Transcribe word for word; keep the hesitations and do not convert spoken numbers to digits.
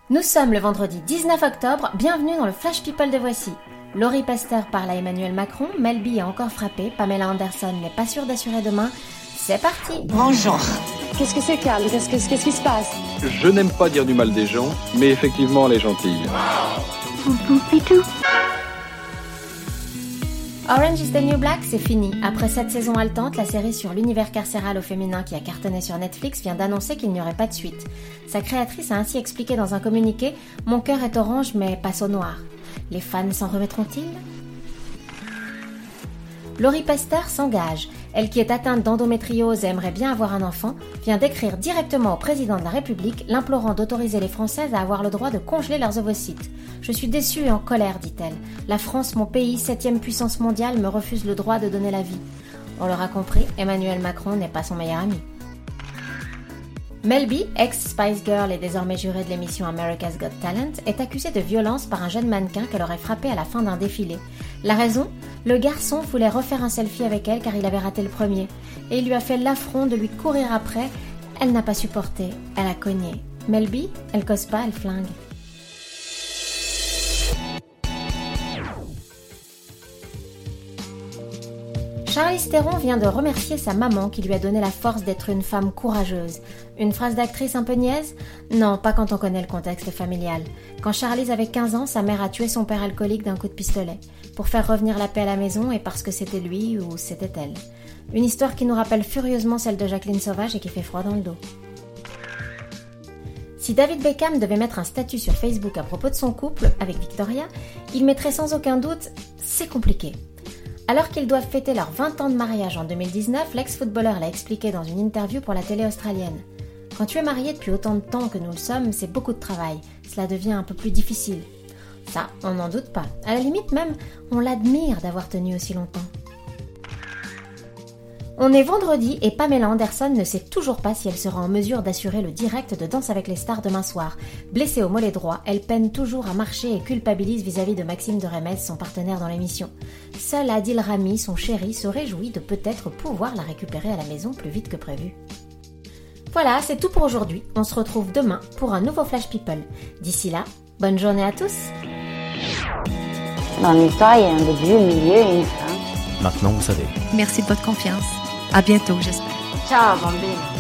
Nous sommes le vendredi dix-neuf octobre, bienvenue dans le Flash People de Voici. Laurie Pasteur parle à Emmanuel Macron, Mel B a encore frappé, Pamela Anderson n'est pas sûre d'assurer demain. C'est parti. Bonjour. Qu'est-ce que c'est, Carl ? Qu'est-ce, que, qu'est-ce qui se passe ? Je n'aime pas dire du mal des gens, mais effectivement elle est gentille. Orange is the New Black, c'est fini. Après sept saisons haletantes, la série sur l'univers carcéral au féminin qui a cartonné sur Netflix vient d'annoncer qu'il n'y aurait pas de suite. Sa créatrice a ainsi expliqué dans un communiqué « Mon cœur est orange mais passe au noir ». Les fans s'en remettront-ils ? Laurie Pasteur s'engage. Elle qui est atteinte d'endométriose et aimerait bien avoir un enfant, vient d'écrire directement au président de la République l'implorant d'autoriser les Françaises à avoir le droit de congeler leurs ovocytes. « Je suis déçue et en colère, dit-elle. La France, mon pays, septième puissance mondiale, me refuse le droit de donner la vie. » On l'aura compris, Emmanuel Macron n'est pas son meilleur ami. Mel B, ex-Spice Girl et désormais jurée de l'émission America's Got Talent, est accusée de violence par un jeune mannequin qu'elle aurait frappé à la fin d'un défilé. La raison ? Le garçon voulait refaire un selfie avec elle car il avait raté le premier. Et il lui a fait l'affront de lui courir après. Elle n'a pas supporté, elle a cogné. Mel B, elle cause pas, elle flingue. Charlize Theron vient de remercier sa maman qui lui a donné la force d'être une femme courageuse. Une phrase d'actrice un peu niaise ? Non, pas quand on connaît le contexte familial. Quand Charlize avait quinze ans, sa mère a tué son père alcoolique d'un coup de pistolet. Pour faire revenir la paix à la maison et parce que c'était lui ou c'était elle. Une histoire qui nous rappelle furieusement celle de Jacqueline Sauvage et qui fait froid dans le dos. Si David Beckham devait mettre un statut sur Facebook à propos de son couple avec Victoria, il mettrait sans aucun doute « c'est compliqué ». Alors qu'ils doivent fêter leurs vingt ans de mariage en deux mille dix-neuf, l'ex-footballeur l'a expliqué dans une interview pour la télé australienne. « Quand tu es marié depuis autant de temps que nous le sommes, c'est beaucoup de travail. Cela devient un peu plus difficile. » Ça, on n'en doute pas. À la limite même, on l'admire d'avoir tenu aussi longtemps. On est vendredi et Pamela Anderson ne sait toujours pas si elle sera en mesure d'assurer le direct de Danse avec les stars demain soir. Blessée au mollet droit, elle peine toujours à marcher et culpabilise vis-à-vis de Maxime de Remez, son partenaire dans l'émission. Seul Adil Rami, son chéri, se réjouit de peut-être pouvoir la récupérer à la maison plus vite que prévu. Voilà, c'est tout pour aujourd'hui. On se retrouve demain pour un nouveau Flash People. D'ici là, bonne journée à tous. Dans l'histoire, il y a un début, un milieu et une fin. Maintenant, vous savez. Merci de votre confiance. À bientôt, j'espère. Ciao, bambine.